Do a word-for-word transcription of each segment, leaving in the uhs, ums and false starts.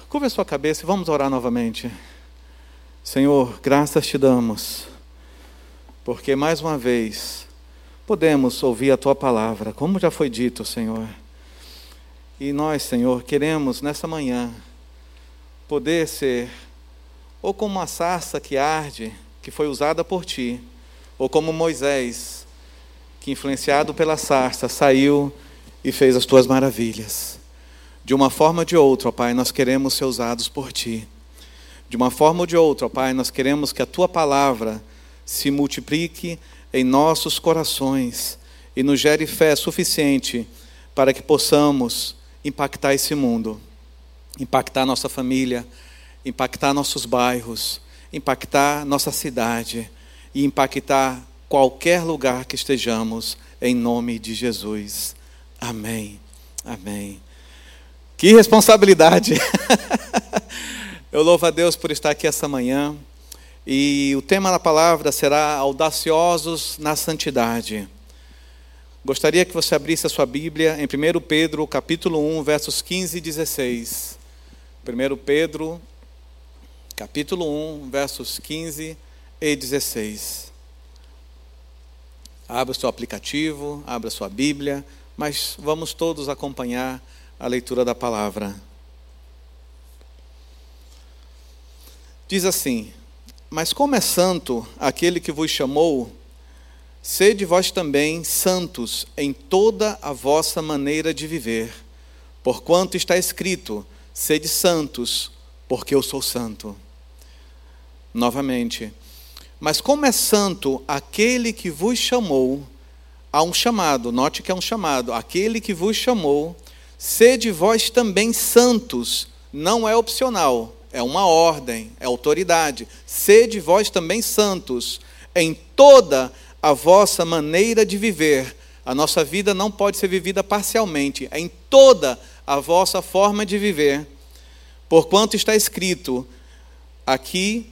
Curva a sua cabeça e vamos orar novamente. Senhor, graças te damos, porque mais uma vez podemos ouvir a Tua palavra, como já foi dito, Senhor. E nós, Senhor, queremos nessa manhã poder ser ou como uma sarça que arde, que foi usada por Ti, ou como Moisés, que influenciado pela sarça, saiu e fez as Tuas maravilhas. De uma forma ou de outra, ó Pai, nós queremos ser usados por Ti. De uma forma ou de outra, ó Pai, nós queremos que a Tua palavra se multiplique em nossos corações e nos gere fé suficiente para que possamos impactar esse mundo, impactar nossa família, impactar nossos bairros, impactar nossa cidade e impactar qualquer lugar que estejamos, em nome de Jesus. Amém. Amém. Que responsabilidade! Eu louvo a Deus por estar aqui essa manhã. E o tema da palavra será audaciosos na santidade. Gostaria que você abrisse a sua Bíblia em primeiro Pedro, capítulo um, versos quinze e dezesseis. primeiro Pedro, capítulo um, versos quinze e dezesseis. Abra o seu aplicativo, abra a sua Bíblia, mas vamos todos acompanhar a leitura da palavra. Diz assim: mas como é santo aquele que vos chamou, sede vós também santos em toda a vossa maneira de viver, porquanto está escrito: sede santos, porque eu sou santo. Novamente: mas como é santo aquele que vos chamou, há um chamado, note que é um chamado, aquele que vos chamou, sede vós também santos, não é opcional, é uma ordem, é autoridade. Sede vós também santos em toda a vossa maneira de viver. A nossa vida não pode ser vivida parcialmente, é em toda a vossa forma de viver. Porquanto está escrito, aqui,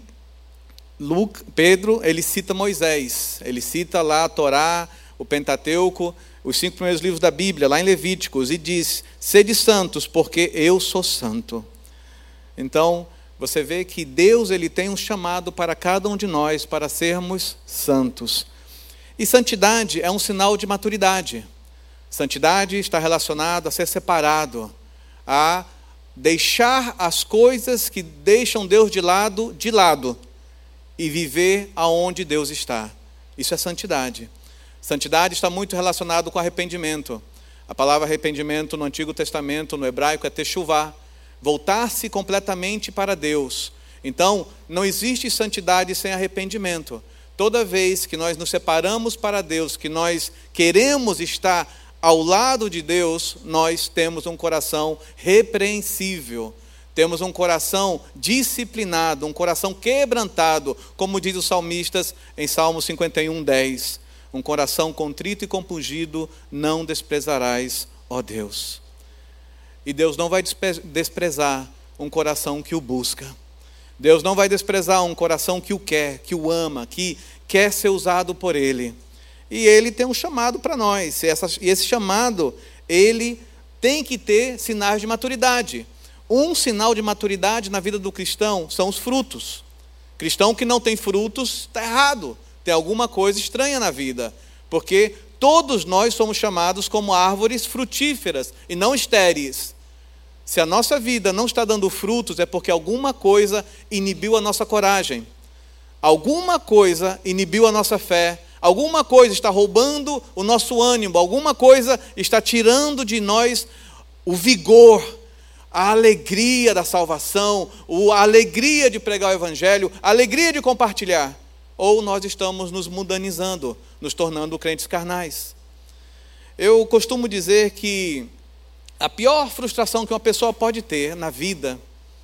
Luke, Pedro, ele cita Moisés, ele cita lá a Torá, o Pentateuco, os cinco primeiros livros da Bíblia, lá em Levíticos, e diz: sede santos, porque eu sou santo. Então, você vê que Deus ele tem um chamado para cada um de nós, para sermos santos. E santidade é um sinal de maturidade. Santidade está relacionado a ser separado, a deixar as coisas que deixam Deus de lado, de lado, e viver aonde Deus está. Isso é santidade. Santidade está muito relacionado com arrependimento. A palavra arrependimento no Antigo Testamento, no hebraico, é techuvá, voltar-se completamente para Deus. Então, não existe santidade sem arrependimento. Toda vez que nós nos separamos para Deus, que nós queremos estar ao lado de Deus, nós temos um coração repreensível. Temos um coração disciplinado, um coração quebrantado, como diz os salmistas em Salmo cinquenta e um, dez. Um coração contrito e compungido não desprezarás, ó Deus. E Deus não vai desprezar um coração que o busca. Deus não vai desprezar um coração que o quer, que o ama, que quer ser usado por Ele. E Ele tem um chamado para nós. E esse chamado, ele tem que ter sinais de maturidade. Um sinal de maturidade na vida do cristão são os frutos. Cristão que não tem frutos está errado. Tem alguma coisa estranha na vida. Porque todos nós somos chamados como árvores frutíferas e não estéreis. Se a nossa vida não está dando frutos, é porque alguma coisa inibiu a nossa coragem. Alguma coisa inibiu a nossa fé. Alguma coisa está roubando o nosso ânimo. Alguma coisa está tirando de nós o vigor, a alegria da salvação, a alegria de pregar o Evangelho, a alegria de compartilhar. Ou nós estamos nos mundanizando, nos tornando crentes carnais. Eu costumo dizer que a pior frustração que uma pessoa pode ter na vida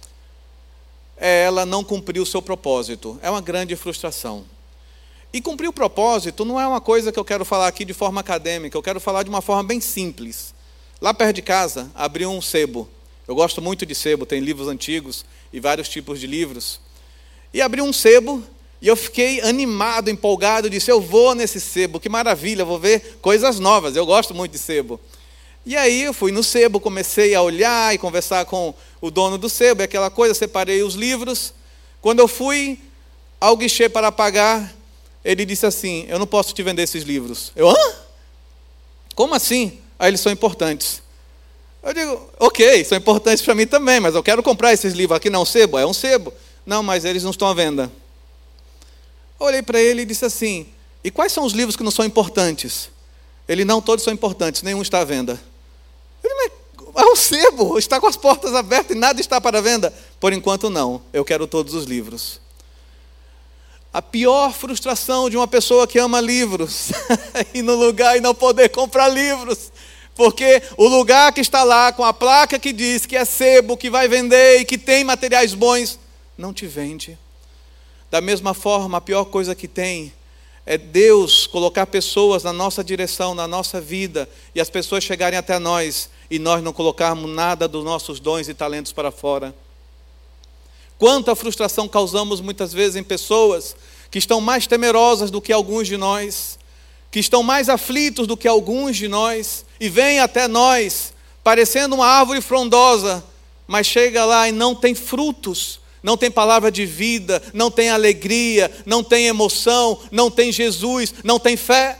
é ela não cumprir o seu propósito. É uma grande frustração. E cumprir o propósito não é uma coisa que eu quero falar aqui de forma acadêmica, eu quero falar de uma forma bem simples. Lá perto de casa, abriu um sebo. Eu gosto muito de sebo, tem livros antigos e vários tipos de livros. E abriu um sebo e eu fiquei animado, empolgado, disse: eu vou nesse sebo, que maravilha, vou ver coisas novas, eu gosto muito de sebo. E aí eu fui no sebo, comecei a olhar e conversar com o dono do sebo, e aquela coisa, separei os livros. Quando eu fui ao guichê para pagar, ele disse assim: eu não posso te vender esses livros. Eu, hã? Como assim? Aí eles são importantes. Eu digo, ok, são importantes para mim também, mas eu quero comprar esses livros aqui. Não, um sebo? É um sebo. Não, mas eles não estão à venda. Eu olhei para ele e disse assim: e quais são os livros que não são importantes? Ele, não, todos são importantes, nenhum está à venda. Ele, mas é um sebo, está com as portas abertas e nada está para venda. Por enquanto não, eu quero todos os livros. A pior frustração de uma pessoa que ama livros é ir no lugar e não poder comprar livros. Porque o lugar que está lá com a placa que diz que é sebo, que vai vender e que tem materiais bons, não te vende. Da mesma forma, a pior coisa que tem é Deus colocar pessoas na nossa direção, na nossa vida, e as pessoas chegarem até nós e nós não colocarmos nada dos nossos dons e talentos para fora. Quanta frustração causamos muitas vezes em pessoas que estão mais temerosas do que alguns de nós, que estão mais aflitos do que alguns de nós, e vêm até nós, parecendo uma árvore frondosa, mas chega lá e não tem frutos, não tem palavra de vida, não tem alegria, não tem emoção, não tem Jesus, não tem fé.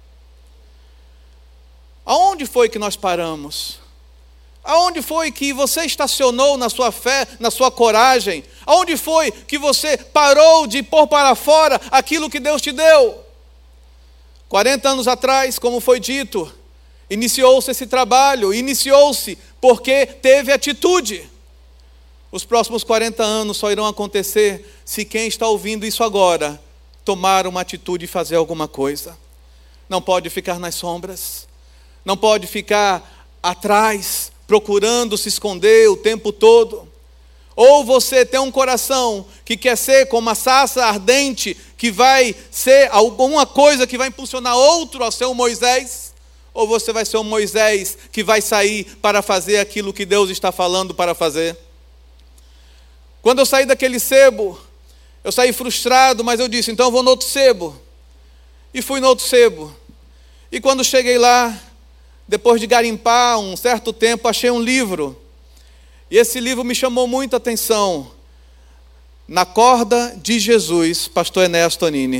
Aonde foi que nós paramos? Aonde foi que você estacionou na sua fé, na sua coragem? Aonde foi que você parou de pôr para fora aquilo que Deus te deu? quarenta anos atrás, como foi dito, iniciou-se esse trabalho, iniciou-se porque teve atitude. Os próximos quarenta anos só irão acontecer se quem está ouvindo isso agora tomar uma atitude e fazer alguma coisa. Não pode ficar nas sombras, não pode ficar atrás, procurando se esconder o tempo todo. Ou você tem um coração que quer ser como uma sarça ardente, que vai ser alguma coisa que vai impulsionar outro a ser um Moisés, ou você vai ser um Moisés que vai sair para fazer aquilo que Deus está falando para fazer. Quando eu saí daquele sebo, eu saí frustrado, mas eu disse, então eu vou no outro sebo. E fui no outro sebo. E quando cheguei lá, depois de garimpar um certo tempo, achei um livro. E esse livro me chamou muita atenção. Na Corda de Jesus, pastor Enéas Tonini.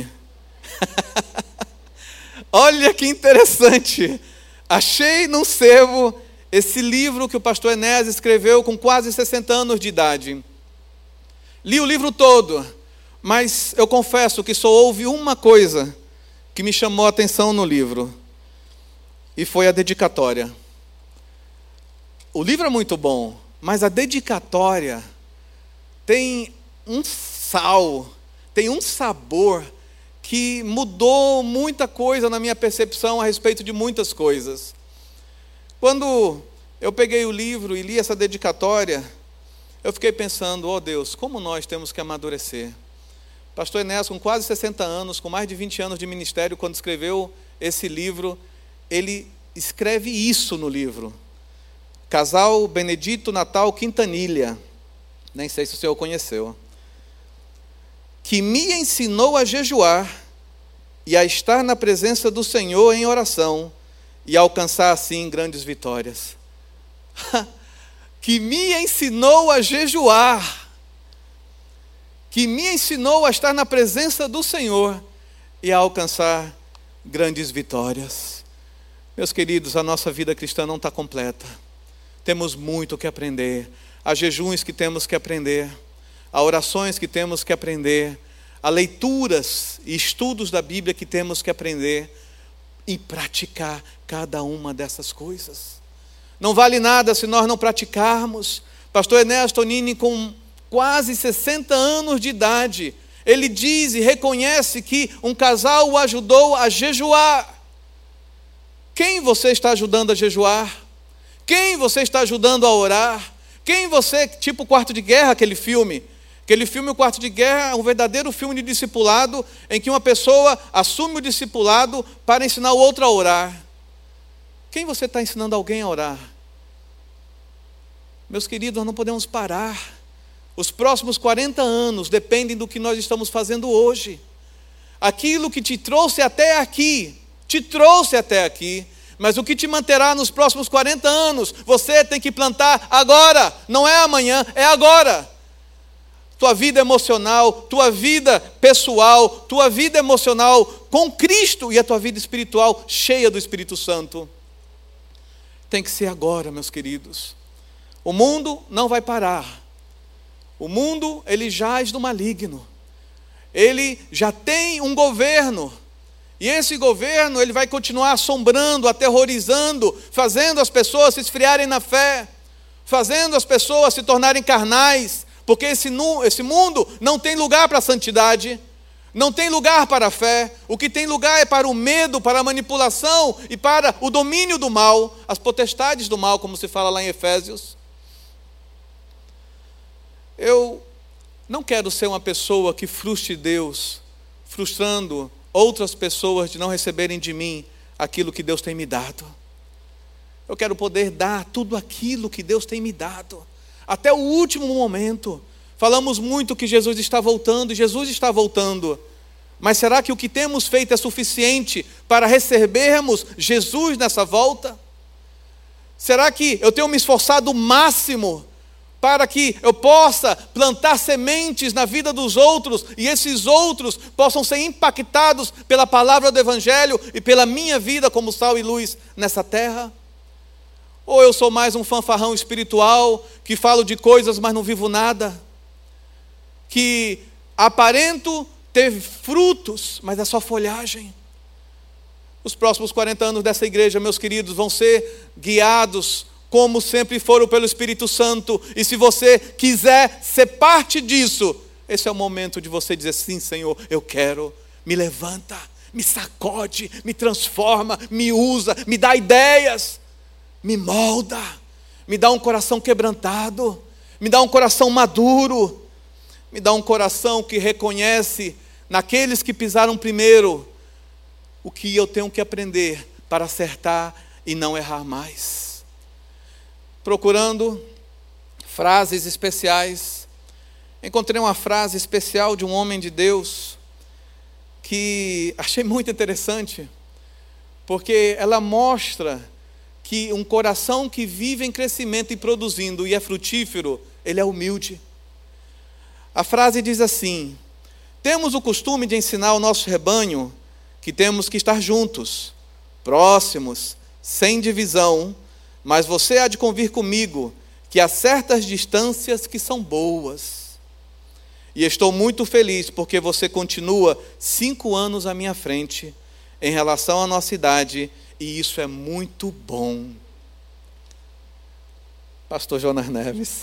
Olha que interessante. Achei num sebo esse livro que o pastor Enéas escreveu com quase sessenta anos de idade. Li o livro todo, mas eu confesso que só houve uma coisa que me chamou a atenção no livro. E foi a dedicatória. O livro é muito bom, mas a dedicatória tem um sal, tem um sabor que mudou muita coisa na minha percepção a respeito de muitas coisas. Quando eu peguei o livro e li essa dedicatória, eu fiquei pensando, oh Deus, como nós temos que amadurecer. Pastor Enéas, com quase sessenta anos, com mais de vinte anos de ministério, quando escreveu esse livro, ele escreve isso no livro. Casal Benedito Natal Quintanilha, nem sei se o senhor conheceu, que me ensinou a jejuar e a estar na presença do Senhor em oração e alcançar assim grandes vitórias. Que me ensinou a jejuar, que me ensinou a estar na presença do Senhor e a alcançar grandes vitórias. Meus queridos, a nossa vida cristã não está completa. Temos muito o que aprender. Há jejuns que temos que aprender, há orações que temos que aprender, há leituras e estudos da Bíblia que temos que aprender e praticar cada uma dessas coisas. Não vale nada se nós não praticarmos. Pastor Enéas Tonini, com quase sessenta anos de idade, ele diz e reconhece que um casal o ajudou a jejuar. Quem você está ajudando a jejuar? Quem você está ajudando a orar? Quem você, tipo Quarto de Guerra, aquele filme, aquele filme O Quarto de Guerra é um verdadeiro filme de discipulado, em que uma pessoa assume o discipulado para ensinar o outro a orar. Quem você está ensinando alguém a orar? Meus queridos, nós não podemos parar. Os próximos quarenta anos dependem do que nós estamos fazendo hoje. Aquilo que te trouxe até aqui, te trouxe até aqui, Mas o que te manterá nos próximos quarenta anos, você tem que plantar agora, não é amanhã, é agora. Tua vida emocional, tua vida pessoal, tua vida emocional com Cristo e a tua vida espiritual cheia do Espírito Santo. Tem que ser agora, meus queridos. O mundo não vai parar. O mundo, ele jaz do maligno. Ele já tem um governo. E esse governo, ele vai continuar assombrando, aterrorizando, fazendo as pessoas se esfriarem na fé, fazendo as pessoas se tornarem carnais, porque esse, esse mundo não tem lugar para a santidade, não tem lugar para a fé. O que tem lugar é para o medo, para a manipulação e para o domínio do mal, as potestades do mal, como se fala lá em Efésios. Eu não quero ser uma pessoa que frustre Deus, frustrando outras pessoas de não receberem de mim aquilo que Deus tem me dado. Eu quero poder dar tudo aquilo que Deus tem me dado, até o último momento. Falamos muito que Jesus está voltando, e Jesus está voltando. Mas será que o que temos feito é suficiente para recebermos Jesus nessa volta? Será que eu tenho me esforçado o máximo para que eu possa plantar sementes na vida dos outros, e esses outros possam ser impactados pela palavra do Evangelho e pela minha vida como sal e luz nessa terra? Ou eu sou mais um fanfarrão espiritual, que falo de coisas, mas não vivo nada, que aparento ter frutos, mas é só folhagem? Os próximos quarenta anos dessa igreja, meus queridos, vão ser guiados como sempre foram pelo Espírito Santo. E se você quiser ser parte disso, esse é o momento de você dizer: sim, Senhor, eu quero. Me levanta, me sacode, me transforma, me usa, me dá ideias, me molda, me dá um coração quebrantado, me dá um coração maduro, me dá um coração que reconhece naqueles que pisaram primeiro o que eu tenho que aprender para acertar e não errar mais. Procurando frases especiais, encontrei uma frase especial de um homem de Deus que achei muito interessante, porque ela mostra que um coração que vive em crescimento e produzindo e é frutífero, ele é humilde. A frase diz assim: temos o costume de ensinar ao nosso rebanho que temos que estar juntos, próximos, sem divisão, mas você há de convir comigo que há certas distâncias que são boas. E estou muito feliz porque você continua cinco anos à minha frente em relação à nossa idade, e isso é muito bom. Pastor Jonas Neves.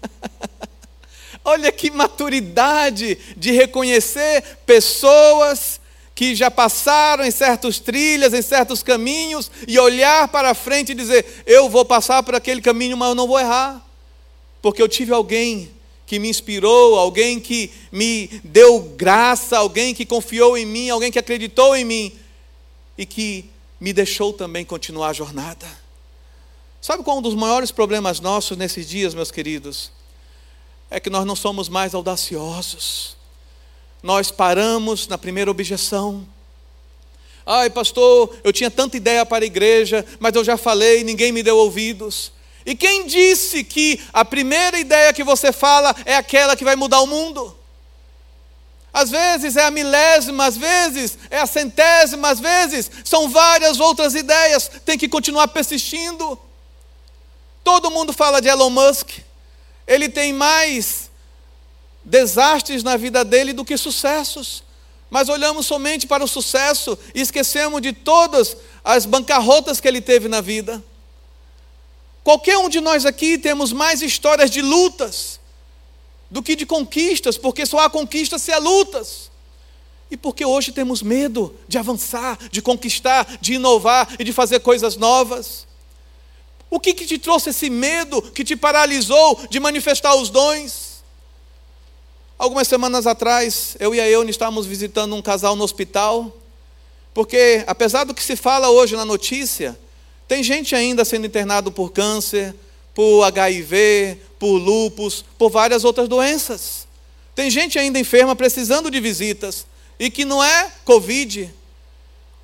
Olha que maturidade de reconhecer pessoas que já passaram em certas trilhas, em certos caminhos, e olhar para frente e dizer: eu vou passar por aquele caminho, mas eu não vou errar, porque eu tive alguém que me inspirou, alguém que me deu graça, alguém que confiou em mim, alguém que acreditou em mim, e que me deixou também continuar a jornada. Sabe qual é um dos maiores problemas nossos nesses dias, meus queridos? É que nós não somos mais audaciosos. Nós paramos na primeira objeção. Ai, pastor, eu tinha tanta ideia para a igreja, mas eu já falei, ninguém me deu ouvidos. E quem disse que a primeira ideia que você fala é aquela que vai mudar o mundo? Às vezes é a milésima, às vezes é a centésima, às vezes são várias outras ideias. Tem que continuar persistindo. Todo mundo fala de Elon Musk. Ele tem mais desastres na vida dele do que sucessos, mas olhamos somente para o sucesso e esquecemos de todas as bancarrotas que ele teve na vida. Qualquer um de nós aqui temos mais histórias de lutas do que de conquistas, porque só há conquistas se há lutas. E porque hoje temos medo de avançar, de conquistar, de inovar e de fazer coisas novas. O que, que te trouxe esse medo que te paralisou de manifestar os dons? Algumas semanas atrás, eu e a Eune estávamos visitando um casal no hospital, porque apesar do que se fala hoje na notícia, tem gente ainda sendo internado por câncer, por H I V, por lúpus, por várias outras doenças. Tem gente ainda enferma precisando de visitas, e que não é Covid.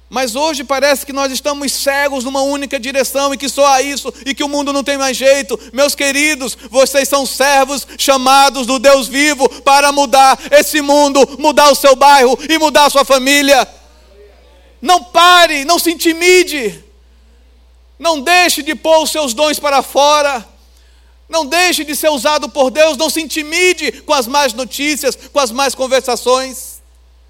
Mas hoje parece que nós estamos cegos numa única direção e que só há isso e que o mundo não tem mais jeito. Meus queridos, vocês são servos chamados do Deus vivo para mudar esse mundo, mudar o seu bairro e mudar a sua família. Não pare, não se intimide. Não deixe de pôr os seus dons para fora. Não deixe de ser usado por Deus. Não se intimide com as más notícias, com as más conversações.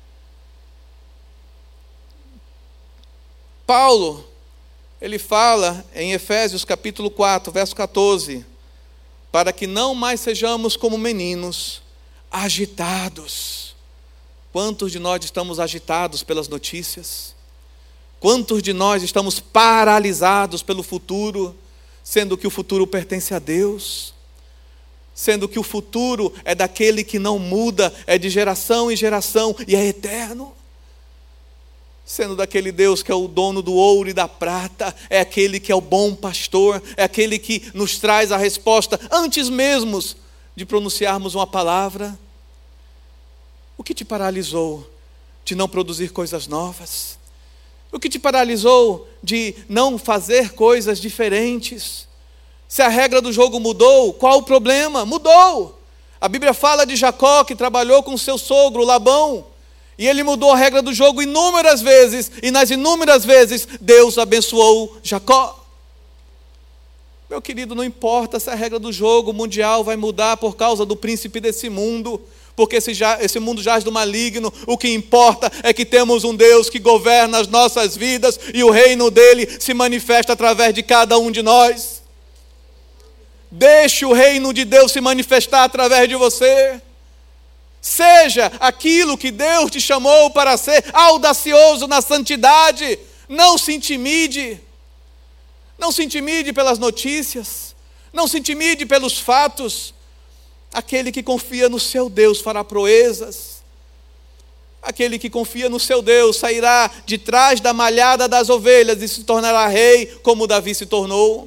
Paulo, ele fala em Efésios capítulo quatro, verso catorze, para que não mais sejamos como meninos, agitados. Quantos de nós estamos agitados pelas notícias? Quantos de nós estamos paralisados pelo futuro, sendo que o futuro pertence a Deus? Sendo que o futuro é daquele que não muda, é de geração em geração e é eterno. Sendo daquele Deus que é o dono do ouro e da prata, é aquele que é o bom pastor, é aquele que nos traz a resposta antes mesmo de pronunciarmos uma palavra. O que te paralisou de não produzir coisas novas? O que te paralisou de não fazer coisas diferentes? Se a regra do jogo mudou, qual o problema? Mudou. A Bíblia fala de Jacó que trabalhou com seu sogro Labão. E ele mudou a regra do jogo inúmeras vezes. E nas inúmeras vezes, Deus abençoou Jacó. Meu querido, não importa se a regra do jogo mundial vai mudar por causa do príncipe desse mundo. Porque esse, já, esse mundo jaz do maligno. O que importa é que temos um Deus que governa as nossas vidas. E o reino dele se manifesta através de cada um de nós. Deixe o reino de Deus se manifestar através de você. Seja aquilo que Deus te chamou para ser, audacioso na santidade. Não se intimide. Não se intimide pelas notícias. Não se intimide pelos fatos. Aquele que confia no seu Deus fará proezas. Aquele que confia no seu Deus sairá de trás da malhada das ovelhas e se tornará rei, como Davi se tornou.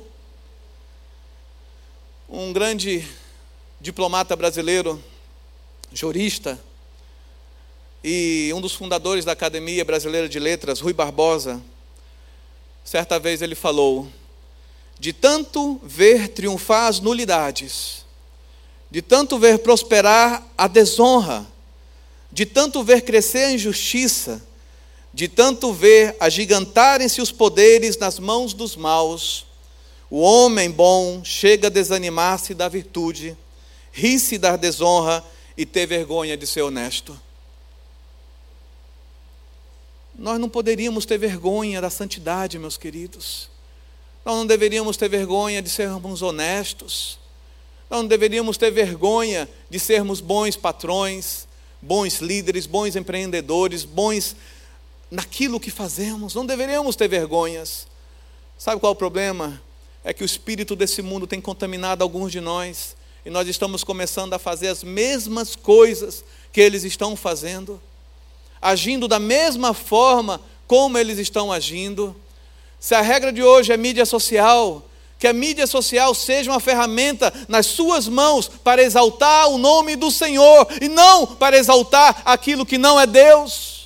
Um grande diplomata brasileiro, jurista, e um dos fundadores da Academia Brasileira de Letras, Rui Barbosa, certa vez ele falou: de tanto ver triunfar as nulidades, de tanto ver prosperar a desonra, de tanto ver crescer a injustiça, de tanto ver agigantarem-se os poderes nas mãos dos maus, o homem bom chega a desanimar-se da virtude, ri-se da desonra e ter vergonha de ser honesto. Nós não poderíamos ter vergonha da santidade, meus queridos. Nós não deveríamos ter vergonha de sermos honestos. Nós não deveríamos ter vergonha de sermos bons patrões, bons líderes, bons empreendedores, bons naquilo que fazemos. Não deveríamos ter vergonhas. Sabe qual é o problema? É que o espírito desse mundo tem contaminado alguns de nós. E nós estamos começando a fazer as mesmas coisas que eles estão fazendo, agindo da mesma forma como eles estão agindo. Se a regra de hoje é mídia social, que a mídia social seja uma ferramenta nas suas mãos para exaltar o nome do Senhor e não para exaltar aquilo que não é Deus.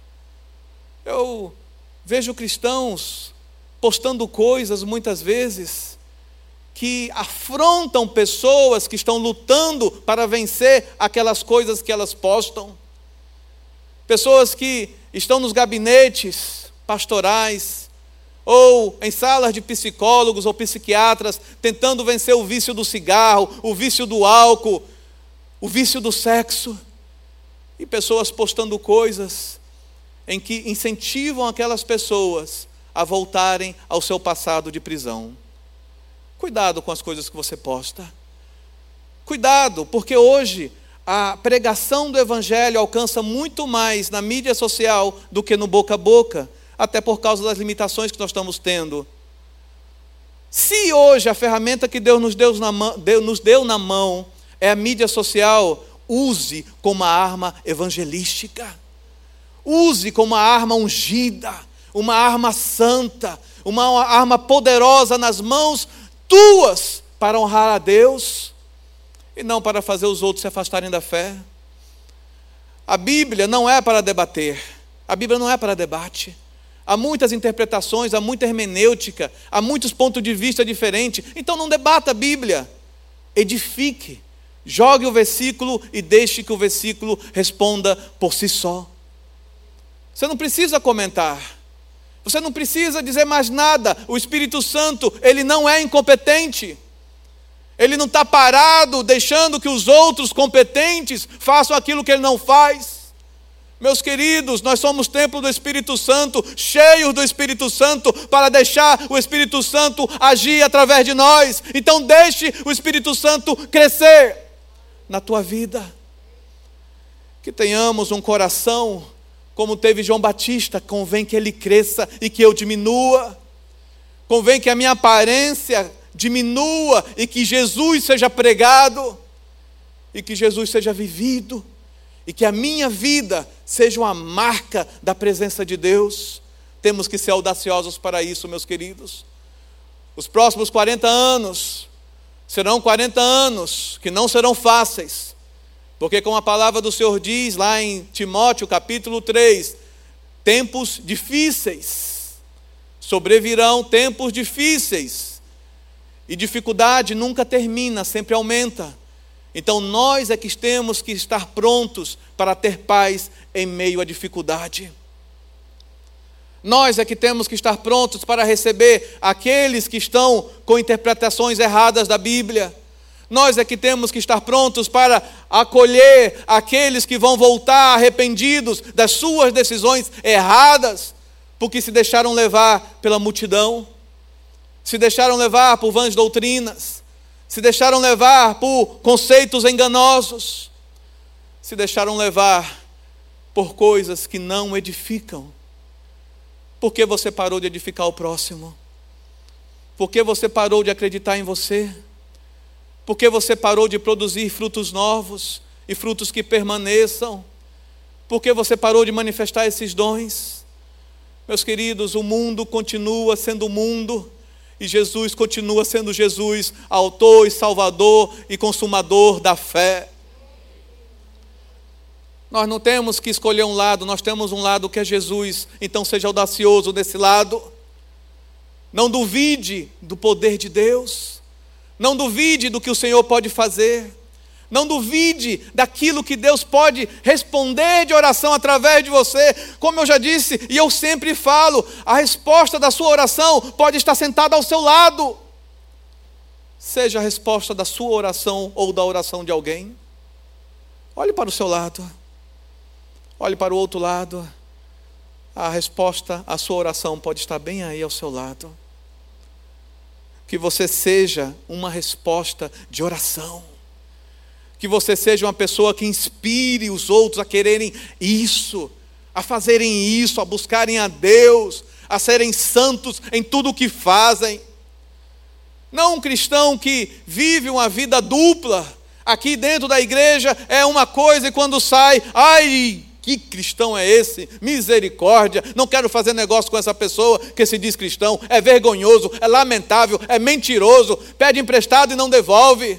Eu vejo cristãos postando coisas muitas vezes que afrontam pessoas que estão lutando para vencer aquelas coisas que elas postam. Pessoas que estão nos gabinetes pastorais, ou em salas de psicólogos ou psiquiatras, tentando vencer o vício do cigarro, o vício do álcool, o vício do sexo. E pessoas postando coisas em que incentivam aquelas pessoas a voltarem ao seu passado de prisão. Cuidado com as coisas que você posta. Cuidado, porque hoje a pregação do Evangelho alcança muito mais na mídia social do que no boca a boca, até por causa das limitações que nós estamos tendo. Se hoje a ferramenta que Deus nos deu na mão, Deus nos deu na mão é a mídia social, use como uma arma evangelística. Use como uma arma ungida, uma arma santa, uma arma poderosa nas mãos tuas para honrar a Deus e não para fazer os outros se afastarem da fé. A Bíblia não é para debater, a Bíblia não é para debate, a há muitas interpretações, há muita hermenêutica, há muitos pontos de vista diferentes. Então não debata a Bíblia, edifique, jogue o versículo e deixe que o versículo responda por si só. Você não precisa comentar, você não precisa dizer mais nada. O Espírito Santo, ele não é incompetente. Ele não está parado, deixando que os outros competentes façam aquilo que ele não faz. Meus queridos, nós somos templo do Espírito Santo, cheios do Espírito Santo, para deixar o Espírito Santo agir através de nós. Então deixe o Espírito Santo crescer na tua vida. Que tenhamos um coração como teve João Batista. Convém que ele cresça e que eu diminua. Convém que a minha aparência diminua e que Jesus seja pregado e que Jesus seja vivido e que a minha vida seja uma marca da presença de Deus. Temos que ser audaciosos para isso, meus queridos. Os próximos quarenta anos serão quarenta anos que não serão fáceis, porque como a palavra do Senhor diz lá em Timóteo capítulo três, tempos difíceis, sobrevirão tempos difíceis. E dificuldade nunca termina, sempre aumenta. Então nós é que temos que estar prontos para ter paz em meio à dificuldade. Nós é que temos que estar prontos para receber aqueles que estão com interpretações erradas da Bíblia. Nós é que temos que estar prontos para acolher aqueles que vão voltar arrependidos das suas decisões erradas, porque se deixaram levar pela multidão. Se deixaram levar por vãs doutrinas, se deixaram levar por conceitos enganosos, se deixaram levar por coisas que não edificam. Por que você parou de edificar o próximo? Por que você parou de acreditar em você? Por que você parou de produzir frutos novos e frutos que permaneçam? Por que você parou de manifestar esses dons? Meus queridos, o mundo continua sendo o mundo, e Jesus continua sendo Jesus, autor e salvador e consumador da fé. Nós não temos que escolher um lado, nós temos um lado que é Jesus. Então seja audacioso nesse lado. Não duvide do poder de Deus. Não duvide do que o Senhor pode fazer. Não duvide daquilo que Deus pode responder de oração através de você. Como eu já disse, e eu sempre falo, a resposta da sua oração pode estar sentada ao seu lado. Seja a resposta da sua oração ou da oração de alguém. Olhe para o seu lado. Olhe para o outro lado. A resposta à sua oração pode estar bem aí ao seu lado. Que você seja uma resposta de oração. Que você seja uma pessoa que inspire os outros a quererem isso, a fazerem isso, a buscarem a Deus, a serem santos em tudo o que fazem. Não um cristão que vive uma vida dupla. Aqui dentro da igreja é uma coisa e quando sai, ai, que cristão é esse? Misericórdia, não quero fazer negócio com essa pessoa que se diz cristão. É vergonhoso, é lamentável, é mentiroso, pede emprestado e não devolve.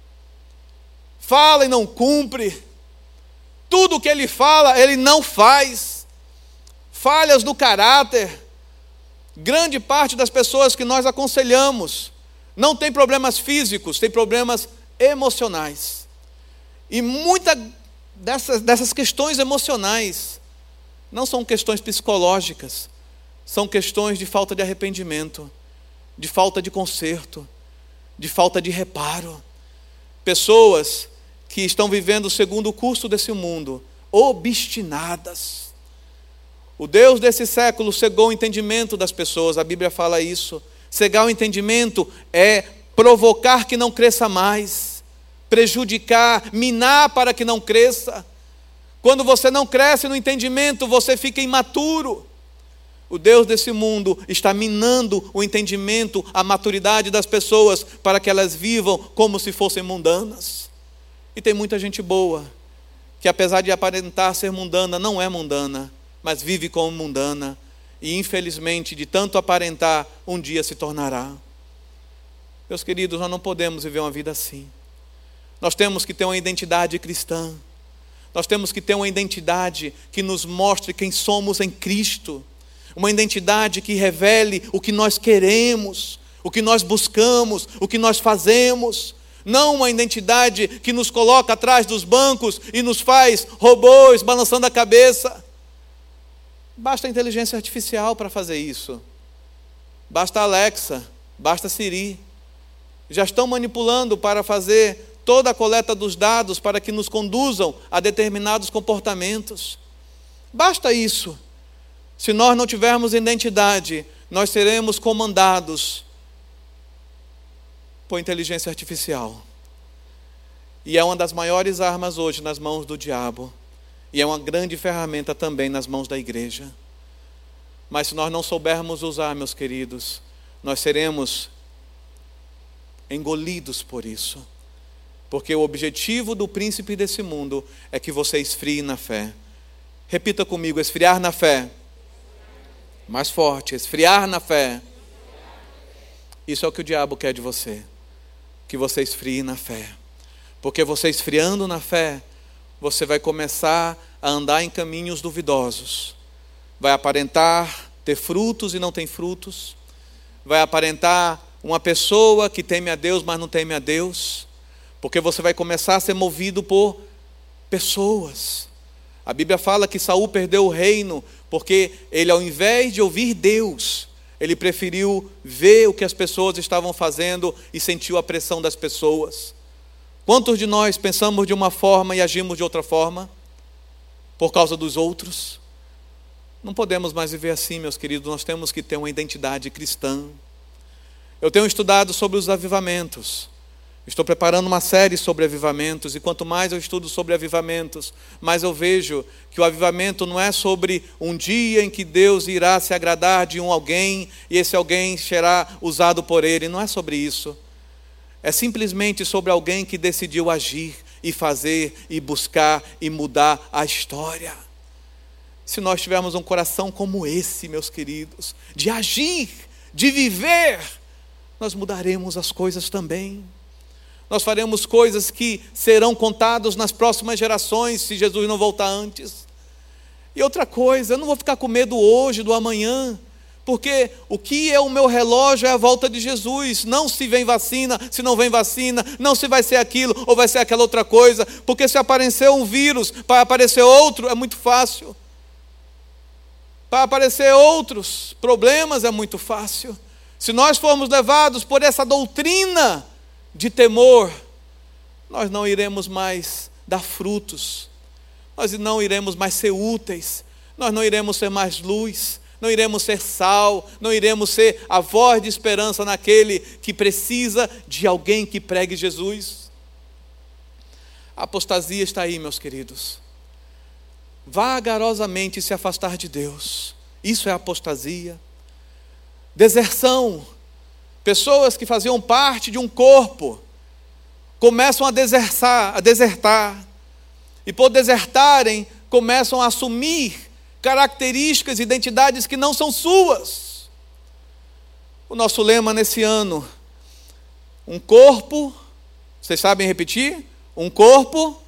Fala e não cumpre. Tudo que ele fala, ele não faz. Falhas no caráter. Grande parte das pessoas que nós aconselhamos não tem problemas físicos, tem problemas emocionais. E muitas dessas, dessas questões emocionais não são questões psicológicas, são questões de falta de arrependimento, de falta de conserto, de falta de reparo. Pessoas que estão vivendo segundo o curso desse mundo, obstinadas. O Deus desse século cegou o entendimento das pessoas, a Bíblia fala isso. Cegar o entendimento é provocar que não cresça mais, prejudicar, minar para que não cresça. Quando você não cresce no entendimento, você fica imaturo. O Deus desse mundo está minando o entendimento, a maturidade das pessoas, para que elas vivam como se fossem mundanas. E tem muita gente boa, que apesar de aparentar ser mundana, não é mundana, mas vive como mundana. E infelizmente, de tanto aparentar, um dia se tornará. Meus queridos, nós não podemos viver uma vida assim. Nós temos que ter uma identidade cristã. Nós temos que ter uma identidade que nos mostre quem somos em Cristo. uma identidade que revele o que nós queremos, o que nós buscamos, o que nós fazemos. Não uma identidade que nos coloca atrás dos bancos e nos faz robôs balançando a cabeça. Basta a inteligência artificial para fazer isso. Basta a Alexa, basta a Siri. Já estão manipulando para fazer toda a coleta dos dados para que nos conduzam a determinados comportamentos. Basta isso. Se nós não tivermos identidade, nós seremos comandados por inteligência artificial. E é uma das maiores armas hoje nas mãos do diabo. E é uma grande ferramenta também nas mãos da igreja. Mas se nós não soubermos usar, meus queridos, nós seremos engolidos por isso. Porque o objetivo do príncipe desse mundo é que você esfrie na fé. Repita comigo: esfriar na fé. Mais forte: esfriar na fé. Isso é o que o diabo quer de você. Que você esfrie na fé. Porque você esfriando na fé, você vai começar a andar em caminhos duvidosos. Vai aparentar ter frutos e não tem frutos. Vai aparentar uma pessoa que teme a Deus, mas não teme a Deus. Porque você vai começar a ser movido por pessoas. A Bíblia fala que Saul perdeu o reino porque ele, ao invés de ouvir Deus, ele preferiu ver o que as pessoas estavam fazendo e sentiu a pressão das pessoas. Quantos de nós pensamos de uma forma e agimos de outra forma? Por causa dos outros? Não podemos mais viver assim, meus queridos. Nós temos que ter uma identidade cristã. Eu tenho estudado sobre os avivamentos. Estou preparando uma série sobre avivamentos, e quanto mais eu estudo sobre avivamentos, mais eu vejo que o avivamento não é sobre um dia em que Deus irá se agradar de um alguém, e esse alguém será usado por Ele. Não é sobre isso. É simplesmente sobre alguém que decidiu agir, e fazer, e buscar, e mudar a história. Se nós tivermos um coração como esse, meus queridos, de agir, de viver, nós mudaremos as coisas também. Nós faremos coisas que serão contadas nas próximas gerações, se Jesus não voltar antes. E outra coisa, eu não vou ficar com medo hoje, do amanhã, porque o que é o meu relógio é a volta de Jesus. Não se vem vacina, se não vem vacina, não se vai ser aquilo ou vai ser aquela outra coisa, porque se aparecer um vírus, para aparecer outro é muito fácil. Para aparecer outros problemas é muito fácil. Se nós formos levados por essa doutrina de temor, nós não iremos mais dar frutos, nós não iremos mais ser úteis, nós não iremos ser mais luz, não iremos ser sal, não iremos ser a voz de esperança naquele que precisa de alguém que pregue Jesus. A apostasia está aí, meus queridos. Vagarosamente se afastar de Deus, isso é apostasia. Deserção. Pessoas que faziam parte de um corpo começam a desertar, a desertar. E por desertarem, começam a assumir características, identidades que não são suas. O nosso lema nesse ano: um corpo, vocês sabem repetir? Um corpo.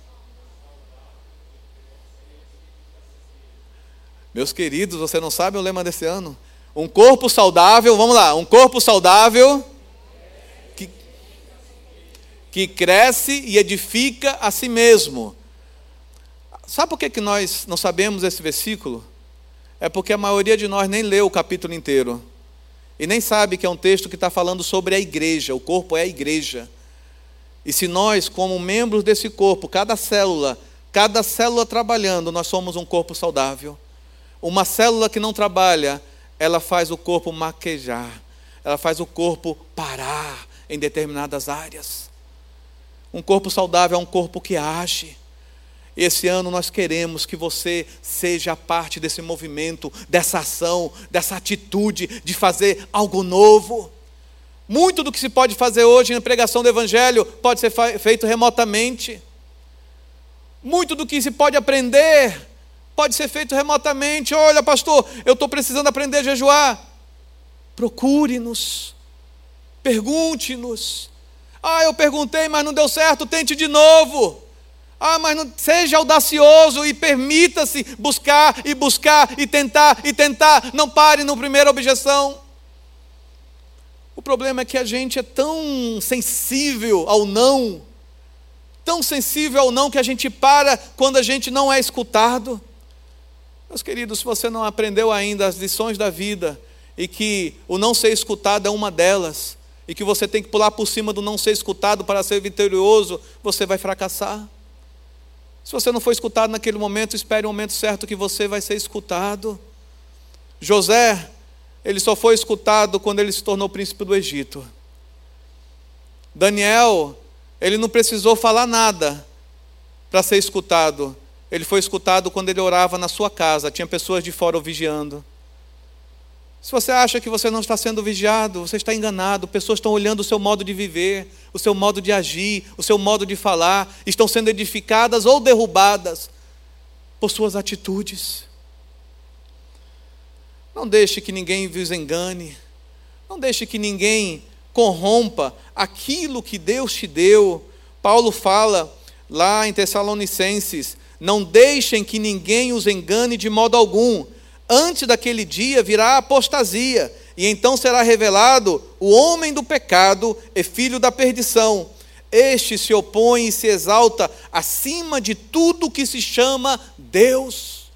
Meus queridos, você não sabe o lema desse ano? Um corpo saudável, vamos lá, um corpo saudável que, que cresce e edifica a si mesmo. Sabe por que que nós não sabemos esse versículo? É porque a maioria de nós nem leu o capítulo inteiro. E nem sabe que é um texto que está falando sobre a igreja, o corpo é a igreja. E se nós, como membros desse corpo, cada célula, cada célula trabalhando, nós somos um corpo saudável. Uma célula que não trabalha, ela faz o corpo maquejar, ela faz o corpo parar em determinadas áreas. Um corpo saudável é um corpo que age. Esse ano nós queremos que você seja parte desse movimento, dessa ação, dessa atitude de fazer algo novo. Muito do que se pode fazer hoje na pregação do Evangelho pode ser feito remotamente. Muito do que se pode aprender pode ser feito remotamente. Olha, pastor, eu estou precisando aprender a jejuar. Procure-nos, pergunte-nos. Ah, eu perguntei, mas não deu certo, tente de novo. Ah, mas não, seja audacioso e permita-se buscar e buscar e tentar e tentar. Não pare na primeira objeção. O problema é que a gente é tão sensível ao não, tão sensível ao não, que a gente para quando a gente não é escutado. Meus queridos, se você não aprendeu ainda as lições da vida, e que o não ser escutado é uma delas, e que você tem que pular por cima do não ser escutado para ser vitorioso, você vai fracassar. Se você não for escutado naquele momento, espere o momento certo que você vai ser escutado. José, ele só foi escutado quando ele se tornou príncipe do Egito. Daniel, ele não precisou falar nada para ser escutado. Ele foi escutado quando ele orava na sua casa, tinha pessoas de fora o vigiando. Se você acha que você não está sendo vigiado, você está enganado. Pessoas estão olhando o seu modo de viver, o seu modo de agir, o seu modo de falar, estão sendo edificadas ou derrubadas por suas atitudes. Não deixe que ninguém vos engane, não deixe que ninguém corrompa aquilo que Deus te deu. Paulo fala lá em Tessalonicenses: não deixem que ninguém os engane de modo algum. Antes daquele dia virá a apostasia, e então será revelado o homem do pecado e filho da perdição. Este se opõe e se exalta acima de tudo que se chama Deus.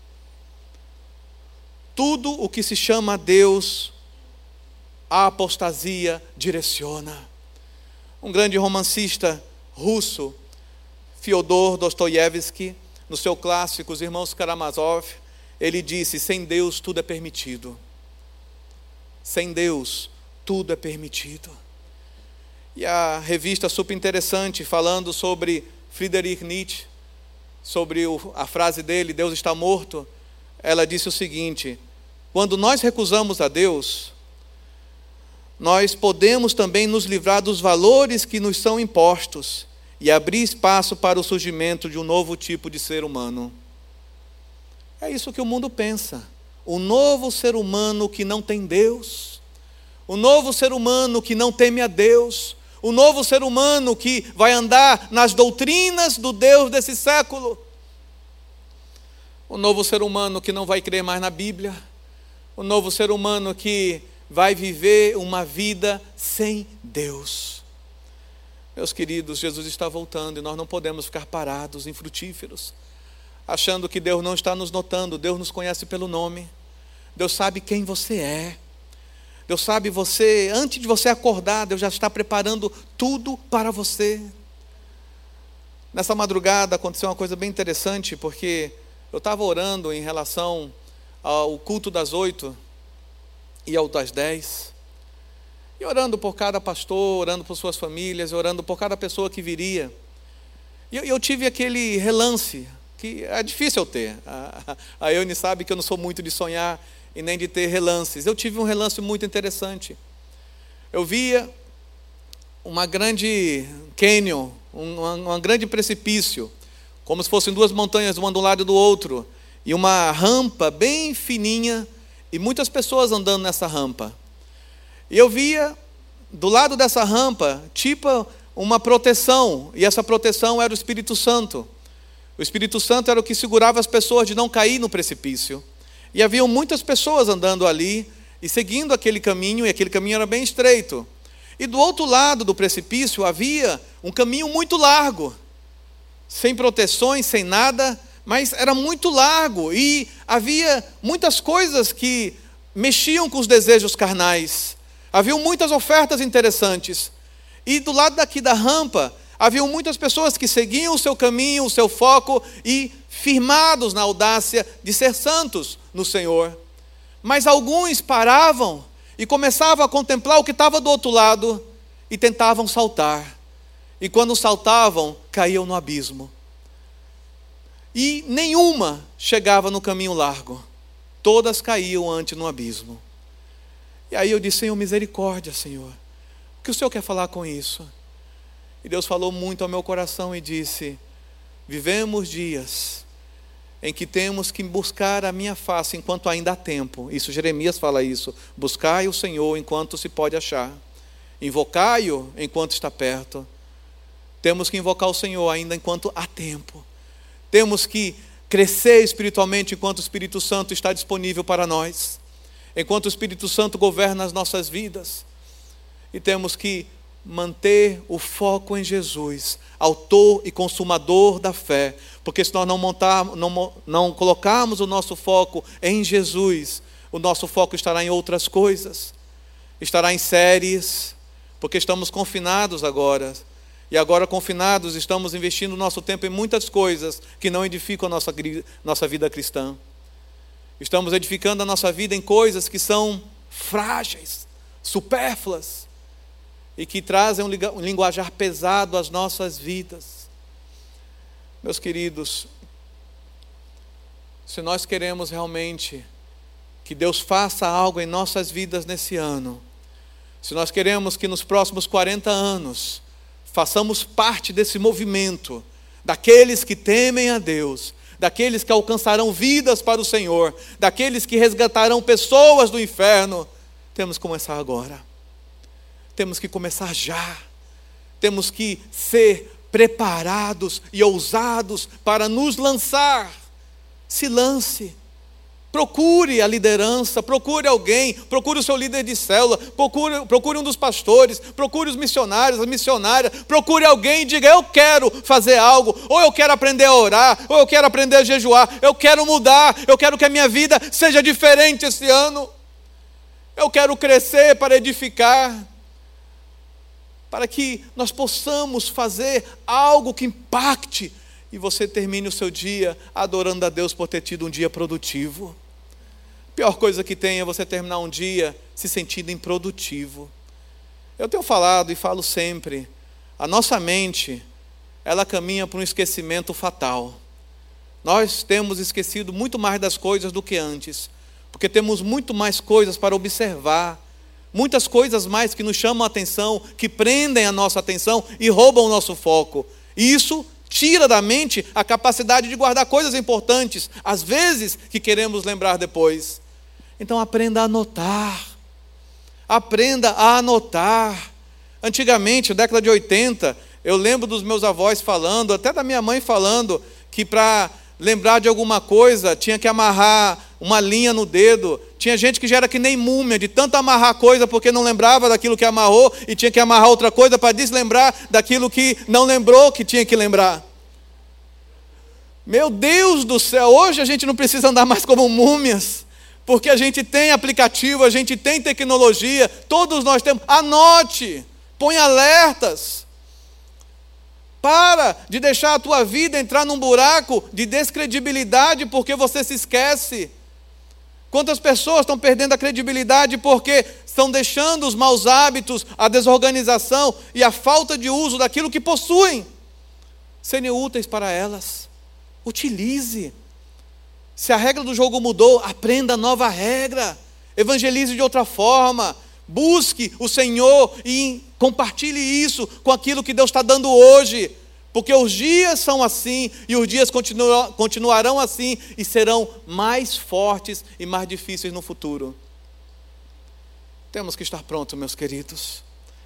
Tudo o que se chama Deus, a apostasia direciona. Um grande romancista russo, Fyodor Dostoiévski, no seu clássico Os Irmãos Karamazov, ele disse: sem Deus tudo é permitido. Sem Deus tudo é permitido. E a revista super interessante, falando sobre Friedrich Nietzsche, sobre o, a frase dele, Deus está morto, ela disse o seguinte: quando nós recusamos a Deus, nós podemos também nos livrar dos valores que nos são impostos e abrir espaço para o surgimento de um novo tipo de ser humano. É isso que o mundo pensa. O novo ser humano que não tem Deus, o novo ser humano que não teme a Deus, o novo ser humano que vai andar nas doutrinas do Deus desse século, o novo ser humano que não vai crer mais na Bíblia, o novo ser humano que vai viver uma vida sem Deus. Meus queridos, Jesus está voltando e nós não podemos ficar parados, infrutíferos, achando que Deus não está nos notando. Deus nos conhece pelo nome. Deus sabe quem você é. Deus sabe você, antes de você acordar, Deus já está preparando tudo para você. Nessa madrugada aconteceu uma coisa bem interessante, porque eu estava orando em relação ao culto das oito e ao das dez, e orando por cada pastor, orando por suas famílias, orando por cada pessoa que viria. E eu, eu tive aquele relance, que é difícil eu ter. A, a Eune sabe que eu não sou muito de sonhar e nem de ter relances. Eu tive um relance muito interessante. Eu via uma grande cânion, um, um, um grande precipício, como se fossem duas montanhas, uma do lado do outro, e uma rampa bem fininha, e muitas pessoas andando nessa rampa. E eu via, do lado dessa rampa, tipo uma proteção, e essa proteção era o Espírito Santo. O Espírito Santo era o que segurava as pessoas de não cair no precipício. E haviam muitas pessoas andando ali e seguindo aquele caminho, e aquele caminho era bem estreito. E do outro lado do precipício havia um caminho muito largo, sem proteções, sem nada, mas era muito largo, e havia muitas coisas que mexiam com os desejos carnais. Haviam muitas ofertas interessantes. E do lado daqui da rampa, haviam muitas pessoas que seguiam o seu caminho, o seu foco, e firmados na audácia de ser santos no Senhor. Mas alguns paravam e começavam a contemplar o que estava do outro lado e tentavam saltar. E quando saltavam, caíam no abismo. E nenhuma chegava no caminho largo. Todas caíam antes no abismo. E aí eu disse: Senhor, misericórdia, Senhor. O que o Senhor quer falar com isso? E Deus falou muito ao meu coração e disse: vivemos dias em que temos que buscar a minha face enquanto ainda há tempo. Isso, Jeremias fala isso. Buscai o Senhor enquanto se pode achar. Invocai-o enquanto está perto. Temos que invocar o Senhor ainda enquanto há tempo. Temos que crescer espiritualmente enquanto o Espírito Santo está disponível para nós. Enquanto o Espírito Santo governa as nossas vidas. E temos que manter o foco em Jesus, autor e consumador da fé. Porque se nós não, montar, não, não colocarmos o nosso foco em Jesus, o nosso foco estará em outras coisas. Estará em séries, porque estamos confinados agora. E agora confinados, estamos investindo o nosso tempo em muitas coisas que não edificam a nossa, nossa vida cristã. Estamos edificando a nossa vida em coisas que são frágeis, supérfluas, e que trazem um linguajar pesado às nossas vidas. Meus queridos, se nós queremos realmente que Deus faça algo em nossas vidas nesse ano, se nós queremos que nos próximos quarenta anos façamos parte desse movimento, daqueles que temem a Deus, daqueles que alcançarão vidas para o Senhor, daqueles que resgatarão pessoas do inferno, temos que começar agora. Temos que começar já. Temos que ser preparados e ousados para nos lançar. Se lance. Procure a liderança, procure alguém, procure o seu líder de célula, procure, procure um dos pastores, procure os missionários, as missionárias, procure alguém e diga: eu quero fazer algo, ou eu quero aprender a orar, ou eu quero aprender a jejuar, eu quero mudar, eu quero que a minha vida seja diferente esse ano, eu quero crescer para edificar, para que nós possamos fazer algo que impacte, e você termine o seu dia adorando a Deus por ter tido um dia produtivo. A pior coisa que tem é você terminar um dia se sentindo improdutivo. Eu tenho falado e falo sempre, a nossa mente, ela caminha para um esquecimento fatal. Nós temos esquecido muito mais das coisas do que antes, porque temos muito mais coisas para observar, muitas coisas mais que nos chamam a atenção, que prendem a nossa atenção e roubam o nosso foco. E isso tira da mente a capacidade de guardar coisas importantes, às vezes que queremos lembrar depois. Então aprenda a anotar. Aprenda a anotar. Antigamente, na década de oitenta, eu lembro dos meus avós falando, até da minha mãe falando, que para lembrar de alguma coisa tinha que amarrar uma linha no dedo. Tinha gente que já era que nem múmia, de tanto amarrar coisa porque não lembrava daquilo que amarrou, e tinha que amarrar outra coisa para deslembrar daquilo que não lembrou que tinha que lembrar. Meu Deus do céu, hoje a gente não precisa andar mais como múmias, porque a gente tem aplicativo, a gente tem tecnologia, todos nós temos. Anote, põe alertas. Para de deixar a tua vida entrar num buraco de descredibilidade porque você se esquece. Quantas pessoas estão perdendo a credibilidade porque estão deixando os maus hábitos, a desorganização e a falta de uso daquilo que possuem serem úteis para elas. Utilize. Se a regra do jogo mudou, aprenda a nova regra. Evangelize de outra forma. Busque o Senhor e compartilhe isso com aquilo que Deus está dando hoje. Porque os dias são assim e os dias continu- continuarão assim e serão mais fortes e mais difíceis no futuro. Temos que estar prontos, meus queridos.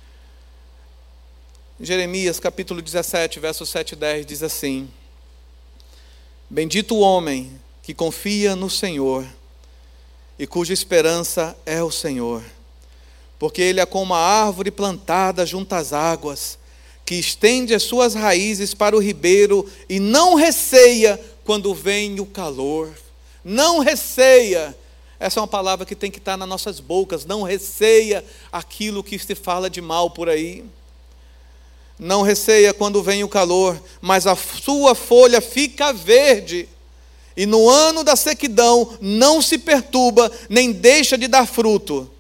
Jeremias capítulo dezessete, versos sete e dez diz assim: bendito o homem que confia no Senhor e cuja esperança é o Senhor, porque ele é como uma árvore plantada junto às águas, que estende as suas raízes para o ribeiro e não receia quando vem o calor. Não receia. Essa é uma palavra que tem que estar nas nossas bocas. Não receia aquilo que se fala de mal por aí. Não receia quando vem o calor, mas a sua folha fica verde. E no ano da sequidão não se perturba, nem deixa de dar fruto.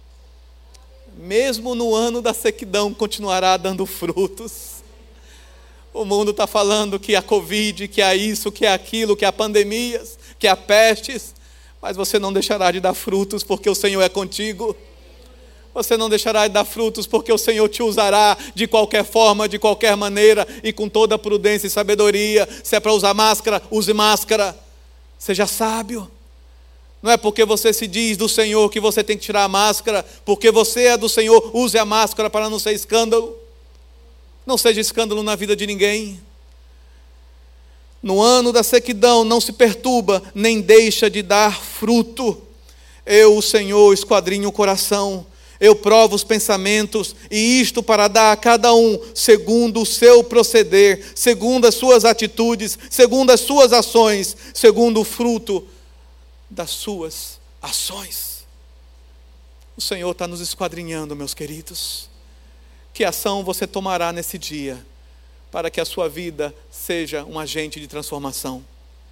Mesmo no ano da sequidão continuará dando frutos. O mundo está falando que há Covid, que há isso, que há aquilo, que há pandemias, que há pestes, mas você não deixará de dar frutos porque o Senhor é contigo. Você não deixará de dar frutos porque o Senhor te usará de qualquer forma, de qualquer maneira e com toda prudência e sabedoria. Se é para usar máscara, use máscara. Seja sábio. Não é porque você se diz do Senhor que você tem que tirar a máscara. Porque você é do Senhor, use a máscara para não ser escândalo. Não seja escândalo na vida de ninguém. No ano da sequidão não se perturba, nem deixa de dar fruto. Eu, o Senhor, esquadrinho o coração. Eu provo os pensamentos, e isto para dar a cada um segundo o seu proceder, segundo as suas atitudes, segundo as suas ações, segundo o fruto das suas ações. O Senhor está nos esquadrinhando, meus queridos. Que ação você tomará nesse dia para que a sua vida seja um agente de transformação?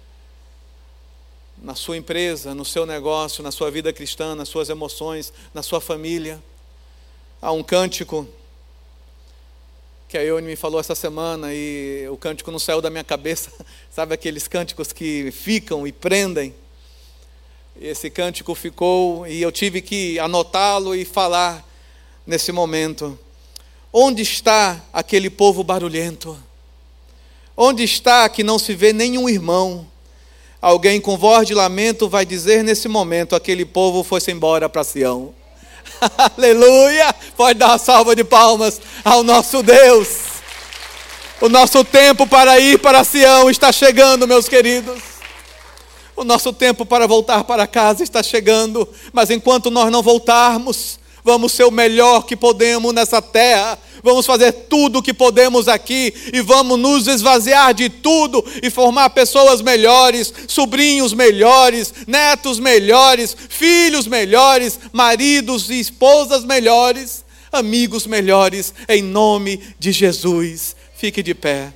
Na sua empresa, no seu negócio, na sua vida cristã, nas suas emoções, na sua família. Há um cântico que a Eune me falou essa semana, e o cântico não saiu da minha cabeça. Sabe aqueles cânticos que ficam e prendem? Esse cântico ficou, e eu tive que anotá-lo e falar nesse momento. Onde está aquele povo barulhento? Onde está que não se vê nenhum irmão? Alguém com voz de lamento vai dizer nesse momento: aquele povo foi-se embora para Sião. Aleluia! Pode dar uma salva de palmas ao nosso Deus. O nosso tempo para ir para Sião está chegando, meus queridos. O nosso tempo para voltar para casa está chegando. Mas enquanto nós não voltarmos, vamos ser o melhor que podemos nessa terra. Vamos fazer tudo o que podemos aqui, e vamos nos esvaziar de tudo e formar pessoas melhores, sobrinhos melhores, netos melhores, filhos melhores, maridos e esposas melhores, amigos melhores, em nome de Jesus. Fique de pé.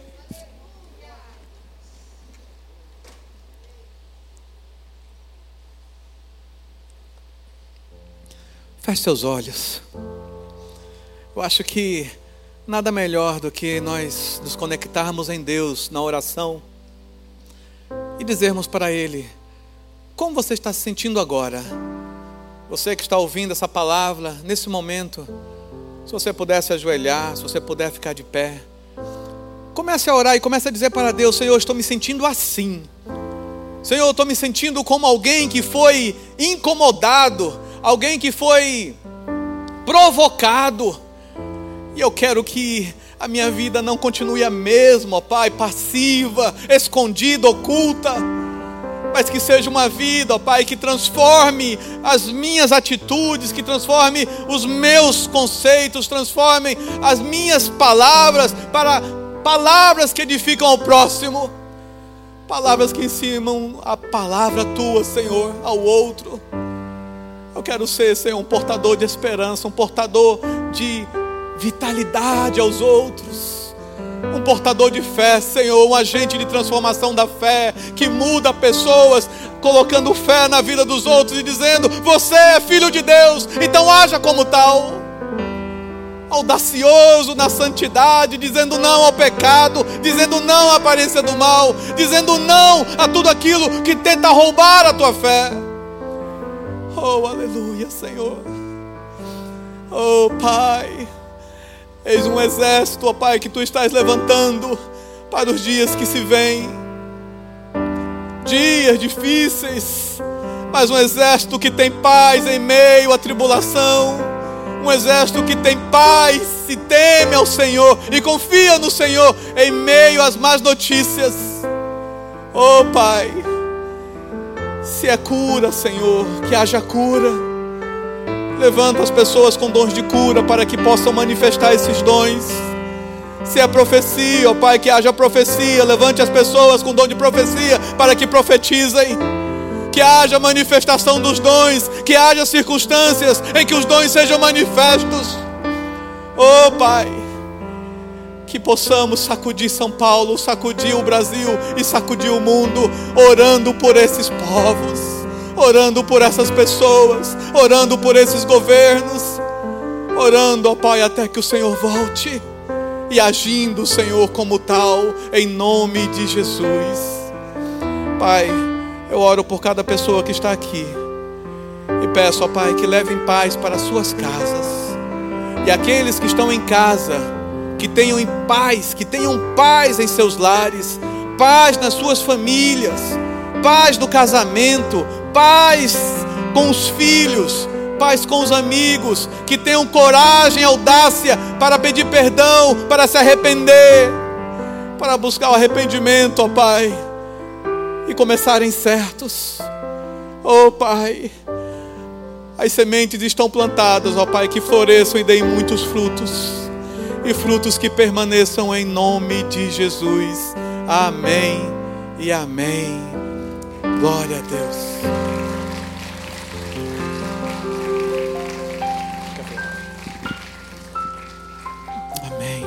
Feche seus olhos. Eu acho que nada melhor do que nós nos conectarmos em Deus na oração e dizermos para Ele: como você está se sentindo agora? Você que está ouvindo essa palavra nesse momento, se você pudesse ajoelhar, se você puder ficar de pé, comece a orar e comece a dizer para Deus: Senhor, eu estou me sentindo assim. Senhor, eu estou me sentindo como alguém que foi incomodado, alguém que foi provocado. E eu quero que a minha vida não continue a mesma, ó Pai, passiva, escondida, oculta, mas que seja uma vida, ó Pai, que transforme as minhas atitudes, que transforme os meus conceitos, transforme as minhas palavras para palavras que edificam ao próximo, palavras que ensinam a palavra Tua, Senhor, ao outro. Eu quero ser, Senhor, um portador de esperança, um portador de vitalidade aos outros, um portador de fé, Senhor, um agente de transformação da fé, que muda pessoas, colocando fé na vida dos outros e dizendo: você é filho de Deus, então haja como tal. Audacioso na santidade, dizendo não ao pecado, dizendo não à aparência do mal, dizendo não a tudo aquilo que tenta roubar a tua fé. Oh, aleluia, Senhor. Oh, Pai, eis um exército, ó Pai, que Tu estás levantando para os dias que se vêm. Dias difíceis, mas um exército que tem paz em meio à tribulação. Um exército que tem paz e teme ao Senhor e confia no Senhor em meio às más notícias. Oh, Pai, se é cura, Senhor, que haja cura. Levanta as pessoas com dons de cura para que possam manifestar esses dons. Se é profecia, ó Pai, que haja profecia. Levante as pessoas com dom de profecia para que profetizem. Que haja manifestação dos dons, que haja circunstâncias em que os dons sejam manifestos. Oh, Pai, que possamos sacudir São Paulo, sacudir o Brasil e sacudir o mundo, orando por esses povos, orando por essas pessoas, orando por esses governos, orando, ó Pai, até que o Senhor volte e agindo, Senhor, como tal, em nome de Jesus. Pai, eu oro por cada pessoa que está aqui e peço, ó Pai, que levem paz para as suas casas. E aqueles que estão em casa, que tenham em paz, que tenham paz em seus lares, paz nas suas famílias, paz no casamento, paz com os filhos, paz com os amigos, que tenham coragem, audácia para pedir perdão, para se arrepender, para buscar o arrependimento, ó Pai, e começarem certos. Ó Pai, as sementes estão plantadas, ó Pai, que floresçam e deem muitos frutos, e frutos que permaneçam em nome de Jesus. Amém e amém. Glória a Deus. Amém.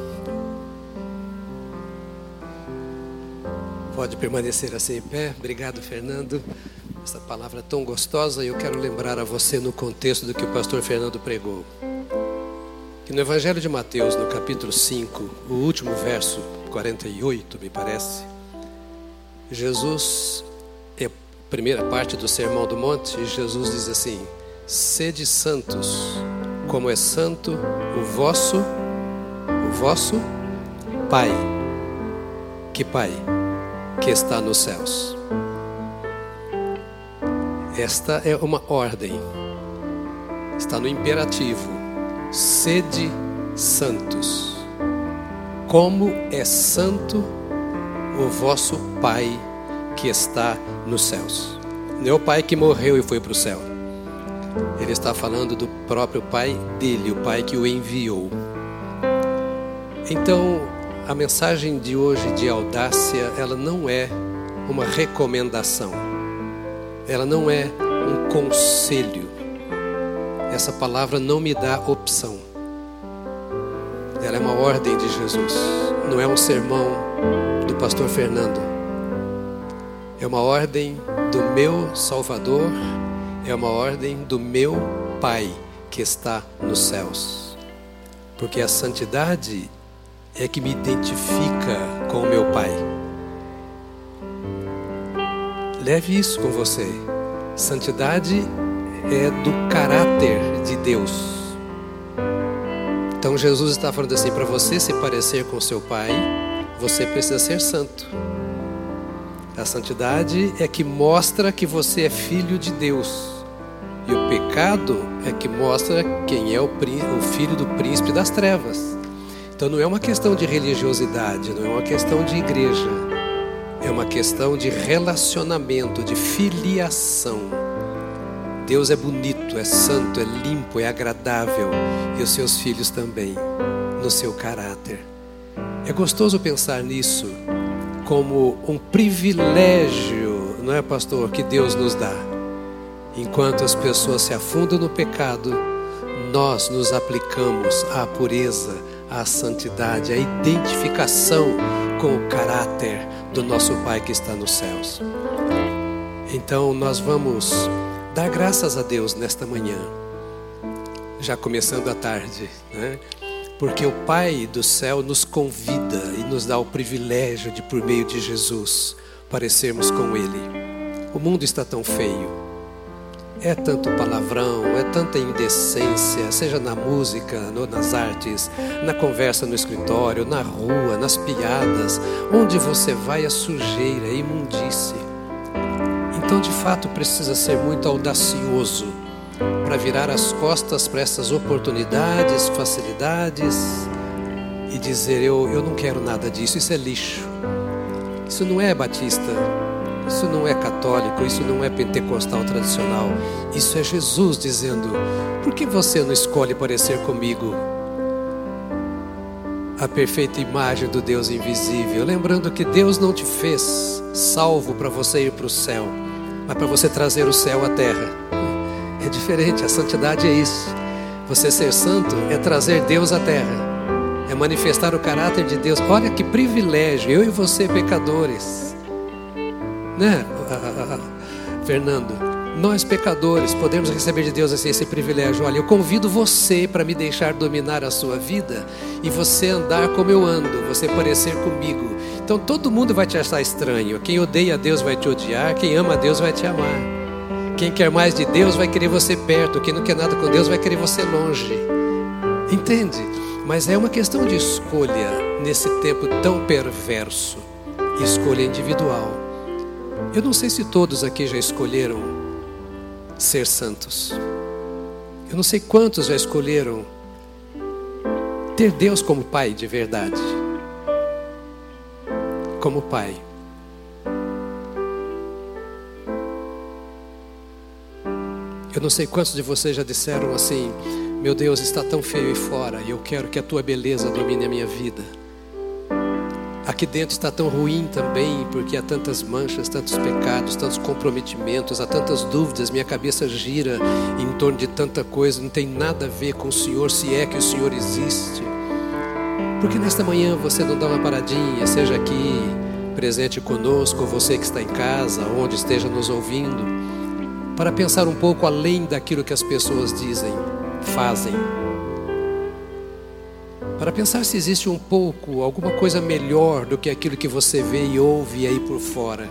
Pode permanecer assim em pé. Obrigado, Fernando. Essa palavra tão gostosa. E eu quero lembrar a você no contexto do que o pastor Fernando pregou. Que no Evangelho de Mateus, no capítulo cinco, o último verso, quarenta e oito, me parece, Jesus, é a primeira parte do Sermão do Monte, e Jesus diz assim: sede santos, como é santo o vosso, o vosso Pai. Que Pai? Que está nos céus. Esta é uma ordem, está no imperativo. Sede santos, como é santo o vosso Pai que está nos céus. Não é o Pai que morreu e foi para o céu. Ele está falando do próprio Pai dele, o Pai que o enviou. Então, a mensagem de hoje de audácia, ela não é uma recomendação. Ela não é um conselho. Essa palavra não me dá opção. Ela é uma ordem de Jesus. Não é um sermão do pastor Fernando. É uma ordem do meu Salvador. É uma ordem do meu Pai que está nos céus. Porque a santidade é que me identifica com o meu Pai. Leve isso com você. Santidade é do caráter de Deus. Então Jesus está falando assim: para você se parecer com seu Pai, você precisa ser santo. A santidade é que mostra que você é filho de Deus. E o pecado é que mostra quem é o, o filho do príncipe das trevas. Então não é uma questão de religiosidade, não é uma questão de igreja. É uma questão de relacionamento, de filiação. Deus é bonito, é santo, é limpo, é agradável. E os seus filhos também, no seu caráter. É gostoso pensar nisso como um privilégio, não é, pastor, que Deus nos dá. Enquanto as pessoas se afundam no pecado, nós nos aplicamos à pureza, à santidade, à identificação com o caráter do nosso Pai que está nos céus. Então nós vamos dar graças a Deus nesta manhã, já começando a tarde, né? Porque o Pai do céu nos convida e nos dá o privilégio de, por meio de Jesus, parecermos com Ele. O mundo está tão feio, é tanto palavrão, é tanta indecência, seja na música, no, nas artes, na conversa no escritório, na rua, nas piadas, onde você vai a sujeira, a imundície. Então, de fato, precisa ser muito audacioso para virar as costas para essas oportunidades, facilidades e dizer: eu, eu não quero nada disso, isso é lixo. Isso não é batista, isso não é católico, isso não é pentecostal tradicional. Isso é Jesus dizendo: por que você não escolhe parecer comigo? A perfeita imagem do Deus invisível. Lembrando que Deus não te fez salvo para você ir para o céu, mas para você trazer o céu à terra. É diferente, a santidade é isso. Você ser santo é trazer Deus à terra, é manifestar o caráter de Deus. Olha que privilégio, eu e você pecadores, né, Fernando? Nós pecadores podemos receber de Deus assim, esse privilégio. Olha, eu convido você para me deixar dominar a sua vida e você andar como eu ando, você parecer comigo. Então todo mundo vai te achar estranho. Quem odeia a Deus vai te odiar, quem ama a Deus vai te amar. Quem quer mais de Deus vai querer você perto, quem não quer nada com Deus vai querer você longe. Entende? Mas é uma questão de escolha nesse tempo tão perverso. Escolha individual. Eu não sei se todos aqui já escolheram ser santos. Eu não sei quantos já escolheram ter Deus como pai de verdade. Como pai. Eu não sei quantos de vocês já disseram assim: meu Deus, está tão feio aí fora e eu quero que a tua beleza domine a minha vida. Aqui dentro está tão ruim também, porque há tantas manchas, tantos pecados, tantos comprometimentos, há tantas dúvidas, minha cabeça gira em torno de tanta coisa, não tem nada a ver com o Senhor, se é que o Senhor existe. Porque nesta manhã você não dá uma paradinha, seja aqui presente conosco, ou você que está em casa, onde esteja nos ouvindo, para pensar um pouco além daquilo que as pessoas dizem, fazem. Para pensar se existe um pouco, alguma coisa melhor do que aquilo que você vê e ouve aí por fora.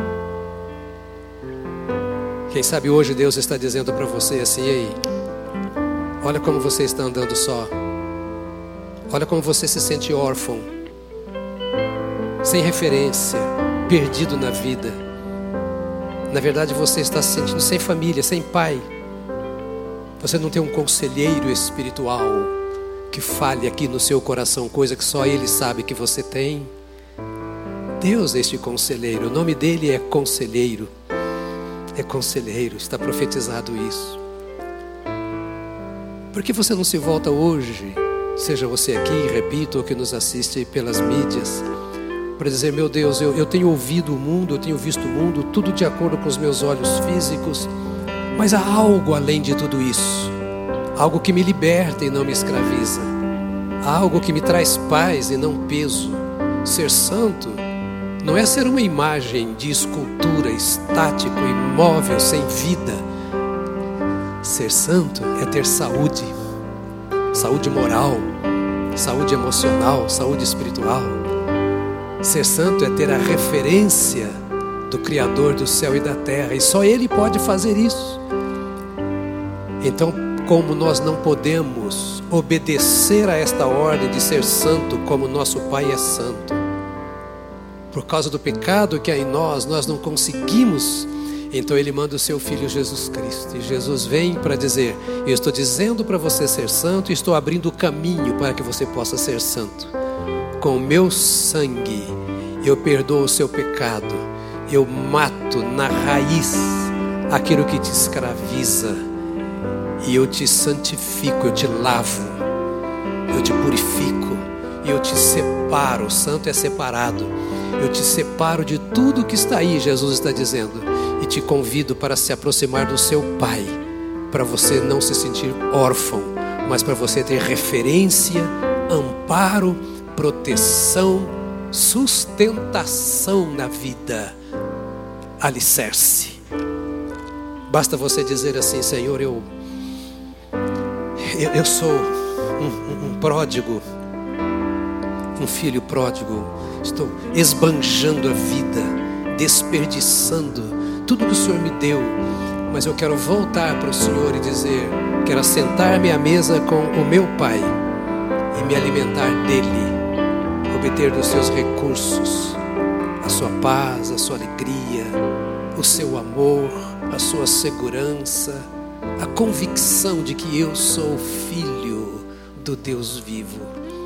Quem sabe hoje Deus está dizendo para você assim: ei, olha como você está andando só. Olha como você se sente órfão, sem referência, perdido na vida. Na verdade você está se sentindo sem família, sem pai. Você não tem um conselheiro espiritual que fale aqui no seu coração, coisa que só Ele sabe que você tem. Deus é este conselheiro, o nome dele é Conselheiro. É Conselheiro, está profetizado isso. Por que você não se volta hoje, seja você aqui, repito, ou que nos assiste pelas mídias, para dizer: meu Deus, eu, eu tenho ouvido o mundo, eu tenho visto o mundo, tudo de acordo com os meus olhos físicos, mas há algo além de tudo isso. Algo que me liberta e não me escraviza. Algo que me traz paz e não peso. Ser santo não é ser uma imagem de escultura, estático, imóvel, sem vida. Ser santo é ter saúde. Saúde moral, saúde emocional, saúde espiritual. Ser santo é ter a referência do Criador do céu e da terra. E só Ele pode fazer isso. Então, como nós não podemos obedecer a esta ordem de ser santo como nosso Pai é santo, por causa do pecado que há em nós, nós não conseguimos. Então Ele manda o seu Filho Jesus Cristo, e Jesus vem para dizer: eu estou dizendo para você ser santo, e estou abrindo o caminho para que você possa ser santo. Com o meu sangue eu perdoo o seu pecado, eu mato na raiz aquilo que te escraviza, e eu te santifico, eu te lavo, eu te purifico, e eu te separo. Santo é separado. Eu te separo de tudo que está aí, Jesus está dizendo, e te convido para se aproximar do seu Pai, para você não se sentir órfão, mas para você ter referência, amparo, proteção, sustentação na vida, alicerce. Basta você dizer assim: Senhor, eu Eu, eu sou um, um pródigo, um filho pródigo. Estou esbanjando a vida, desperdiçando tudo que o Senhor me deu. Mas eu quero voltar para o Senhor e dizer: quero assentar-me à mesa com o meu Pai e me alimentar dele, obter dos seus recursos a sua paz, a sua alegria, o seu amor, a sua segurança, a convicção de que eu sou filho do Deus vivo.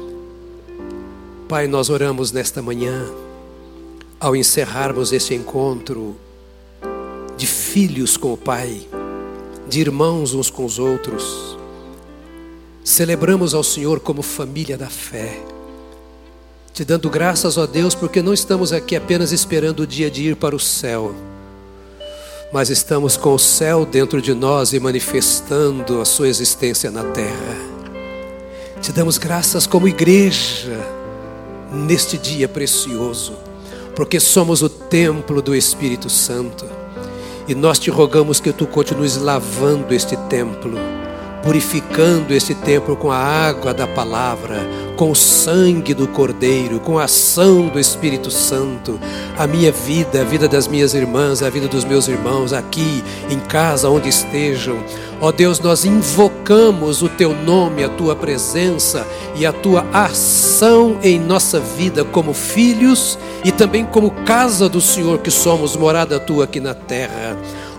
Pai, nós oramos nesta manhã, ao encerrarmos este encontro de filhos com o Pai, de irmãos uns com os outros, celebramos ao Senhor como família da fé, te dando graças a Deus, porque não estamos aqui apenas esperando o dia de ir para o céu, mas estamos com o céu dentro de nós e manifestando a sua existência na terra. Te damos graças como igreja neste dia precioso, porque somos o templo do Espírito Santo, e nós te rogamos que tu continues lavando este templo, purificando este templo com a água da palavra, com o sangue do Cordeiro, com a ação do Espírito Santo. A minha vida, a vida das minhas irmãs, a vida dos meus irmãos, aqui, em casa, onde estejam. Ó Deus, nós invocamos o teu nome, a tua presença e a tua ação em nossa vida como filhos e também como casa do Senhor que somos, morada tua aqui na terra.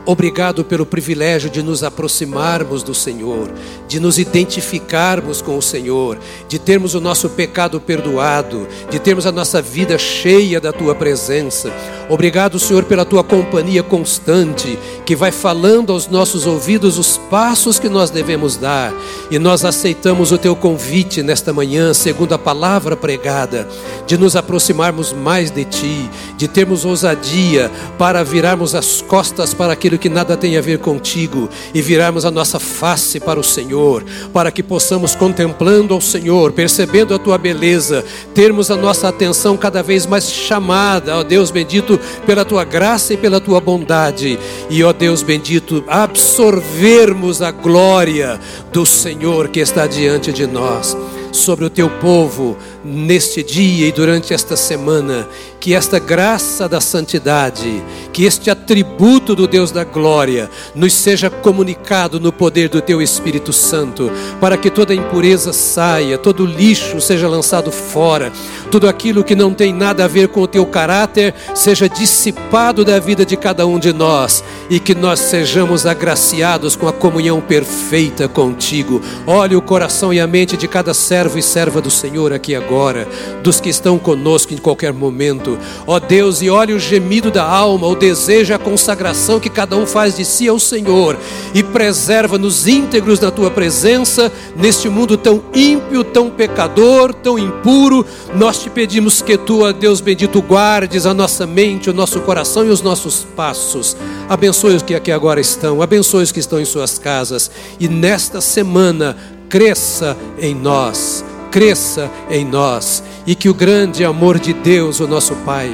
Obrigado pelo privilégio de nos aproximarmos do Senhor, de nos identificarmos com o Senhor, de termos o nosso pecado perdoado, de termos a nossa vida cheia da Tua presença. Obrigado, Senhor, pela Tua companhia constante, que vai falando aos nossos ouvidos os passos que nós devemos dar. E nós aceitamos o Teu convite nesta manhã, segundo a palavra pregada, de nos aproximarmos mais de Ti, de termos ousadia para virarmos as costas para aquilo que nada tem a ver contigo e virarmos a nossa face para o Senhor, para que possamos, contemplando ao Senhor, percebendo a Tua beleza, termos a nossa atenção cada vez mais chamada, ó Deus bendito, pela Tua graça e pela Tua bondade, e ó Deus bendito, absorvermos a glória do Senhor que está diante de nós. Sobre o Teu povo, neste dia e durante esta semana, que esta graça da santidade, que este atributo do Deus da glória, nos seja comunicado no poder do Teu Espírito Santo, para que toda impureza saia, todo lixo seja lançado fora, tudo aquilo que não tem nada a ver com o Teu caráter, seja dissipado da vida de cada um de nós, e que nós sejamos agraciados com a comunhão perfeita contigo. Olhe o coração e a mente de cada servo e serva do Senhor aqui agora, dos que estão conosco em qualquer momento, ó Deus, e olhe o gemido da alma, o desejo, a consagração que cada um faz de si ao Senhor, e preserva-nos íntegros na Tua presença, neste mundo tão ímpio, tão pecador, tão impuro. Nós Te pedimos que Tu, ó Deus bendito, guardes a nossa mente, o nosso coração e os nossos passos. Abençoe os que aqui agora estão, abençoe os que estão em suas casas, e nesta semana cresça em nós, cresça em nós, e que o grande amor de Deus, o nosso Pai,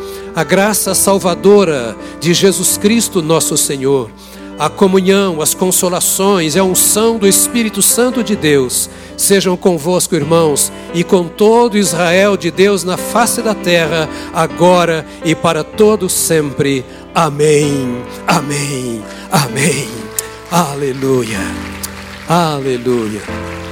a graça salvadora de Jesus Cristo, nosso Senhor, a comunhão, as consolações e a unção do Espírito Santo de Deus, sejam convosco, irmãos, e com todo Israel de Deus na face da terra, agora e para todo sempre. Amém, amém, amém. Aleluia, aleluia.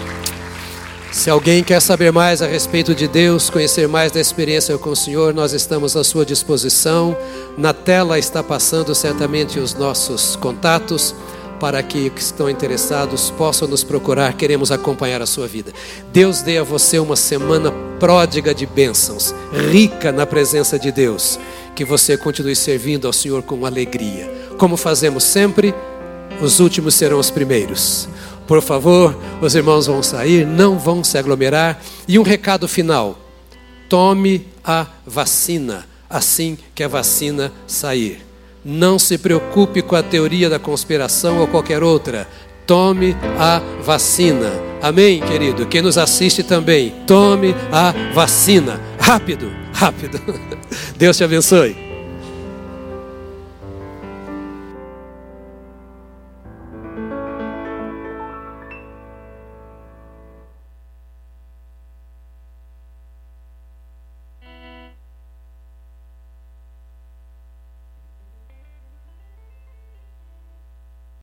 Se alguém quer saber mais a respeito de Deus, conhecer mais da experiência com o Senhor, nós estamos à sua disposição. Na tela está passando certamente os nossos contatos, para que os que estão interessados possam nos procurar. Queremos acompanhar a sua vida. Deus dê a você uma semana pródiga de bênçãos, rica na presença de Deus. Que você continue servindo ao Senhor com alegria. Como fazemos sempre, os últimos serão os primeiros. Por favor, os irmãos vão sair, não vão se aglomerar. E um recado final: tome a vacina assim que a vacina sair. Não se preocupe com a teoria da conspiração ou qualquer outra. Tome a vacina. Amém, querido? Quem nos assiste também, tome a vacina. Rápido, rápido. Deus te abençoe.